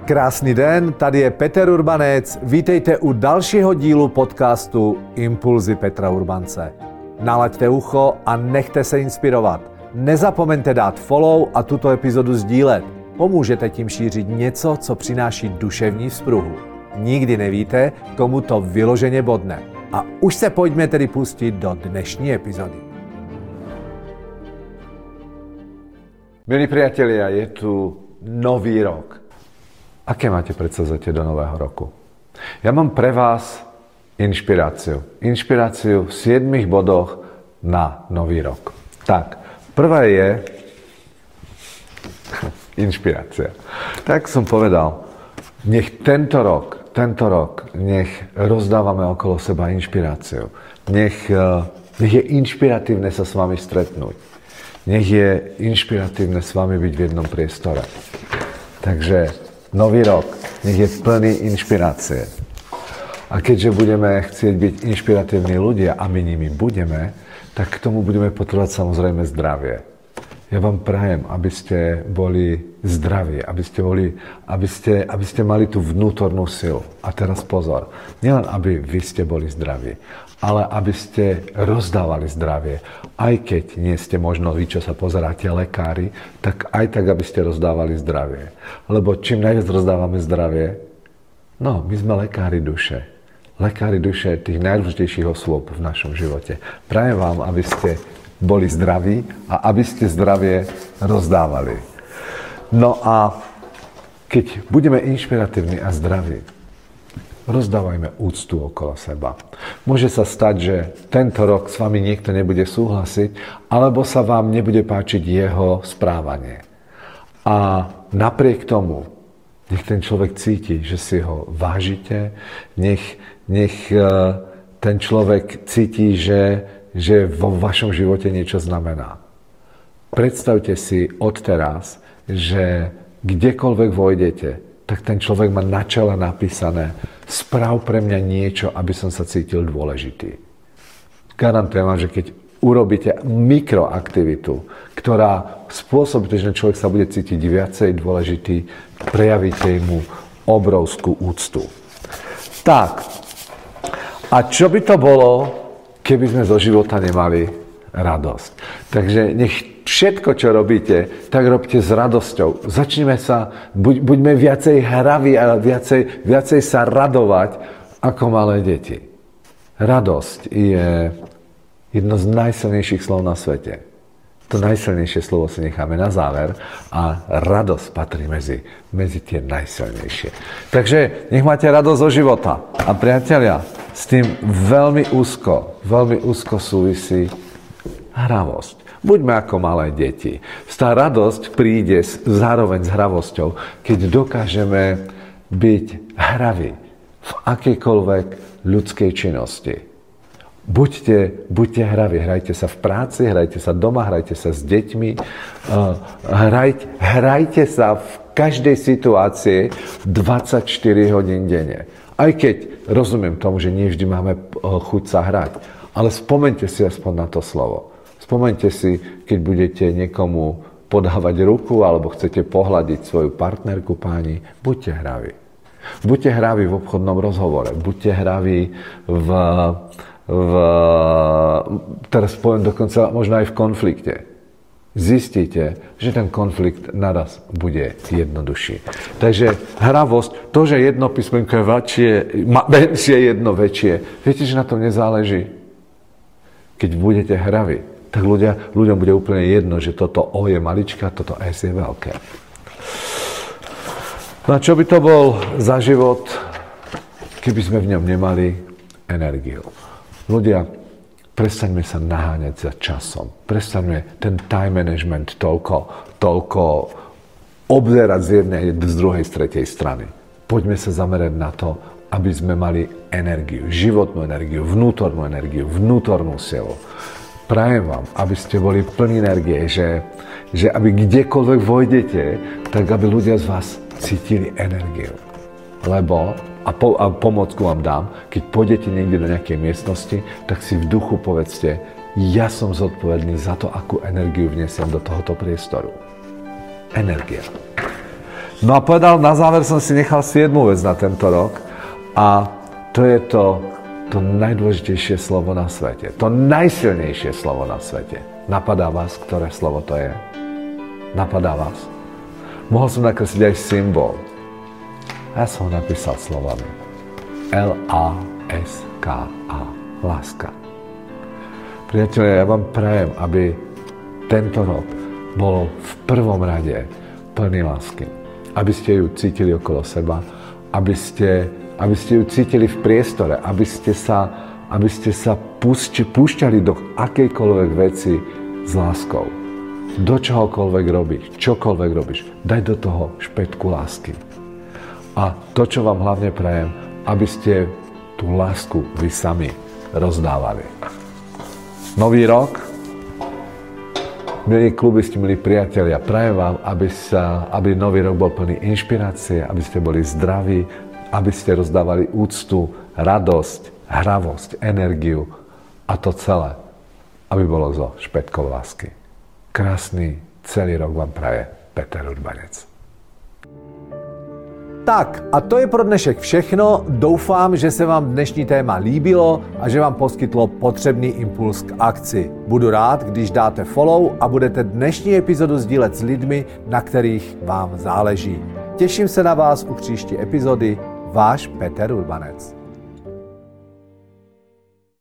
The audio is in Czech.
Krásný den, tady je Petr Urbanec. Vítejte u dalšího dílu podcastu Impulzy Petra Urbance. Nalaďte ucho a nechte se inspirovat. Nezapomeňte dát follow a tuto epizodu sdílet. Pomůžete tím šířit něco, co přináší duševní vzpruhu. Nikdy nevíte, komu to vyloženě bodne. A už se pojďme tedy pustit do dnešní epizody. Milí priatelia, je tu nový rok. Aké máte predsavzatie do nového roku? Ja mám pre vás inšpiráciu. Inšpiráciu v 7 bodoch na nový rok. Tak, prvá je inšpirácia. Tak som povedal, nech tento rok, nech rozdávame okolo seba inšpiráciu. Nech je inšpiratívne sa s vami stretnúť. Nech je inšpiratívne s vami byť v jednom priestore. Takže nový rok, nech je plný inšpirácie. A keďže budeme chcieť byť inšpiratívni ľudia a my nimi budeme, tak k tomu budeme potrebovať samozrejme zdravie. Ja vám prajem, aby ste boli zdraví, aby ste mali tú vnútornú silu. A teraz pozor, nielen aby vy ste boli zdraví, ale aby ste rozdávali zdravie. Aj keď nie ste možno vy, čo sa pozeráte, lekári, tak aj tak, aby ste rozdávali zdravie. Lebo čím najviac rozdávame zdravie, no, my sme lekári duše. Lekári duše tých najdôležitejších osôb v našom živote. Prajem vám, aby ste boli zdraví a aby ste zdravie rozdávali. No a keď budeme inšpiratívni a zdraví, rozdávajme úctu okolo seba. Môže sa stať, že tento rok s vami niekto nebude súhlasiť, alebo sa vám nebude páčiť jeho správanie. A napriek tomu, nech ten človek cíti, že si ho vážite, nech ten človek cíti, že vo vašom živote niečo znamená. Predstavte si odteraz, že kdekoľvek vojdete, tak ten človek má na čele napísané: správ pre mňa niečo, aby som sa cítil dôležitý. Garantujem vám, že keď urobíte mikroaktivitu, ktorá spôsobí, že človek sa bude cítiť viacej dôležitý, prejavíte mu obrovskú úctu. Tak, a čo by to bolo, keby sme zo života nemali radosť? Takže nech všetko, čo robíte, tak robte s radosťou. Začneme sa, buďme viacej hraví a viacej sa radovať ako malé deti. Radosť je jedno z najsilnejších slov na svete. To najsilnejšie slovo si necháme na záver a radosť patrí medzi tie najsilnejšie. Takže nech máte radosť zo života. A priatelia, s tým veľmi úzko súvisí hravosť. Buďme ako malé deti. Tá radosť príde zároveň s hravosťou, keď dokážeme byť hraví v akejkoľvek ľudskej činnosti. Buďte hraví, hrajte sa v práci, hrajte sa doma, hrajte sa s deťmi, hrajte sa v každej situácii 24 hodín denne. Aj keď rozumiem tomu, že nie vždy máme chuť sa hrať, ale spomeňte si aspoň na to slovo. Spomeňte si, keď budete niekomu podávať ruku alebo chcete pohľadiť svoju partnerku, páni, buďte hraví. Buďte hraví v obchodnom rozhovore, buďte hraví teraz poviem dokonca možno aj v konflikte. Zistíte, že ten konflikt naraz bude jednoduchší. Takže hravosť, to, že jedno písmenko je menšie, jedno väčšie, viete, že na tom nezáleží. Keď budete hraví, tak ľuďom bude úplne jedno, že toto O je maličké, toto S je veľké. No a čo by to bol za život, keby sme v ňom nemali energiu? Ľudia, prestaňme sa naháňať za časom. Prestaňme ten time management toľko obzerať z jednej, z druhej, z tretej strany. Poďme sa zamerať na to, aby sme mali energiu, životnú energiu, vnútornú silu. Prajem vám, aby ste boli plní energie, že aby kdekoľvek vojdete, tak aby ľudia z vás cítili energiu. Lebo a pomôcku vám dám, keď pôjdete niekde do nejakej miestnosti, tak si v duchu povedzte: ja som zodpovedný za to, akú energiu vnesiem do tohoto priestoru. Energia. No a povedal, na záver som si nechal si jednu vec na tento rok a to je to najdôležitejšie slovo na svete. To najsilnejšie slovo na svete. Napadá vás, ktoré slovo to je? Napadá vás? Mohol som nakresliť aj symbol. Ja som ho napísal slovami. L-A-S-K-A. Láska. Priatelia, ja vám prajem, aby tento rok bol v prvom rade plný lásky. Aby ste ju cítili okolo seba, aby ste ju cítili v priestore, aby ste sa púšťali do akejkoľvek veci s láskou. Do čohokoľvek robíš, čokoľvek robíš, daj do toho špätku lásky. A to, čo vám hlavne prajem, aby ste tú lásku vy sami rozdávali. Nový rok, milí klubisti, milí priatelia, prajem vám, aby nový rok bol plný inšpirácie, aby ste boli zdraví, aby ste rozdávali úctu, radosť, hravosť, energiu a to celé, aby bolo zo špätkou lásky. Krásny celý rok vám praje Peter Urbanec. Tak a to je pro dnešek všechno. Doufám, že se vám dnešní téma líbilo a že vám poskytlo potřebný impuls k akci. Budu rád, když dáte follow a budete dnešní epizodu sdílet s lidmi, na kterých vám záleží. Těším se na vás u příští epizody. Váš Peter Urbanec.